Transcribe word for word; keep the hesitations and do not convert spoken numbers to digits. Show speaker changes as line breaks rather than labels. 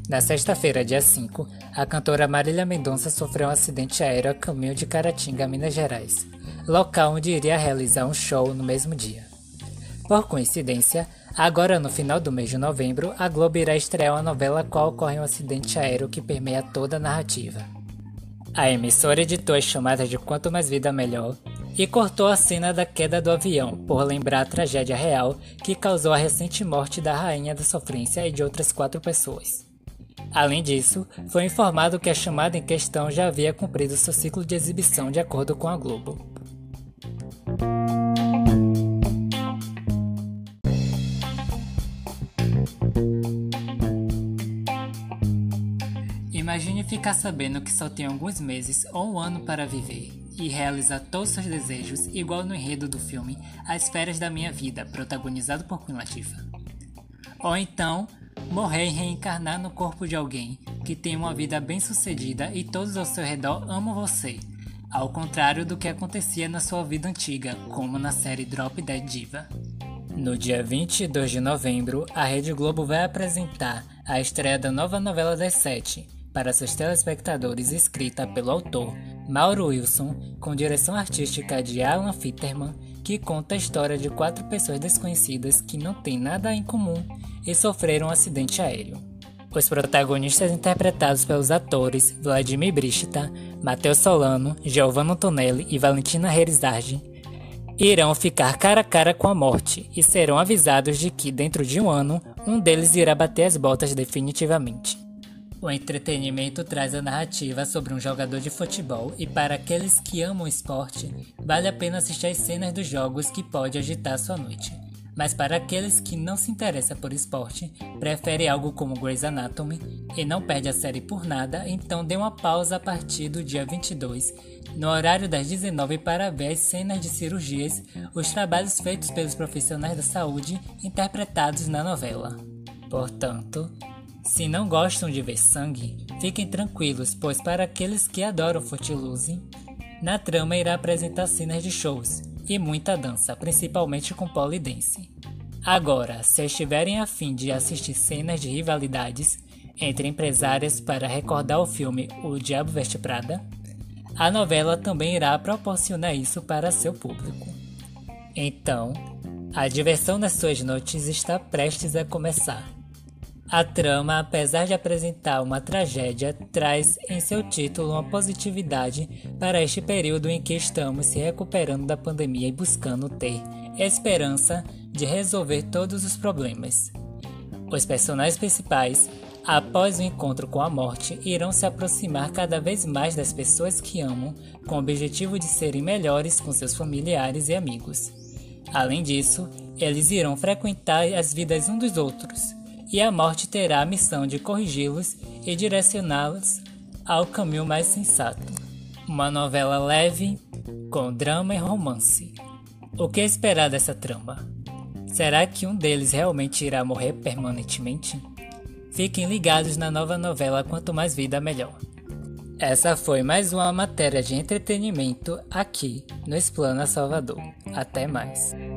Na sexta-feira, dia cinco, a cantora Marília Mendonça sofreu um acidente aéreo a caminho de Caratinga, Minas Gerais, local onde iria realizar um show no mesmo dia. Por coincidência, agora no final do mês de novembro, a Globo irá estrear uma novela qual ocorre um acidente aéreo que permeia toda a narrativa. A emissora editou as chamadas de Quanto Mais Vida Melhor e cortou a cena da queda do avião, por lembrar a tragédia real que causou a recente morte da rainha da sofrência e de outras quatro pessoas. Além disso, foi informado que a chamada em questão já havia cumprido seu ciclo de exibição de acordo com a Globo. Imagine ficar sabendo que só tem alguns meses ou um ano para viver e realizar todos seus desejos, igual no enredo do filme As Férias da Minha Vida, protagonizado por Queen Latifah. Ou então, morrer e reencarnar no corpo de alguém que tem uma vida bem-sucedida e todos ao seu redor amam você, ao contrário do que acontecia na sua vida antiga, como na série Drop Dead Diva. No dia vinte e dois de novembro, a Rede Globo vai apresentar a estreia da nova novela das sete, para seus telespectadores, escrita pelo autor Mauro Wilson, com direção artística de Alan Fitterman, que conta a história de quatro pessoas desconhecidas que não têm nada em comum e sofreram um acidente aéreo. Os protagonistas, interpretados pelos atores Vladimir Brista, Matheus Solano, Giovanna Antonelli e Valentina Herizardi, irão ficar cara a cara com a morte e serão avisados de que, dentro de um ano, um deles irá bater as botas definitivamente. O entretenimento traz a narrativa sobre um jogador de futebol e, para aqueles que amam o esporte, vale a pena assistir às cenas dos jogos que pode agitar sua noite. Mas para aqueles que não se interessam por esporte, prefere algo como Grey's Anatomy e não perde a série por nada, então dê uma pausa a partir do dia vinte e dois, no horário das dezenove, para ver as cenas de cirurgias, os trabalhos feitos pelos profissionais da saúde interpretados na novela. Portanto, se não gostam de ver sangue, fiquem tranquilos, pois para aqueles que adoram Footloose, na trama irá apresentar cenas de shows e muita dança, principalmente com pole dance. Agora, se estiverem a fim de assistir cenas de rivalidades entre empresárias para recordar o filme O Diabo Veste Prada, a novela também irá proporcionar isso para seu público. Então, a diversão das suas noites está prestes a começar. A trama, apesar de apresentar uma tragédia, traz em seu título uma positividade para este período em que estamos se recuperando da pandemia e buscando ter esperança de resolver todos os problemas. Os personagens principais, após o encontro com a morte, irão se aproximar cada vez mais das pessoas que amam, com o objetivo de serem melhores com seus familiares e amigos. Além disso, eles irão frequentar as vidas uns dos outros, e a morte terá a missão de corrigi-los e direcioná-los ao caminho mais sensato. Uma novela leve, com drama e romance. O que esperar dessa trama? Será que um deles realmente irá morrer permanentemente? Fiquem ligados na nova novela Quanto Mais Vida Melhor. Essa foi mais uma matéria de entretenimento aqui no Explana Salvador. Até mais.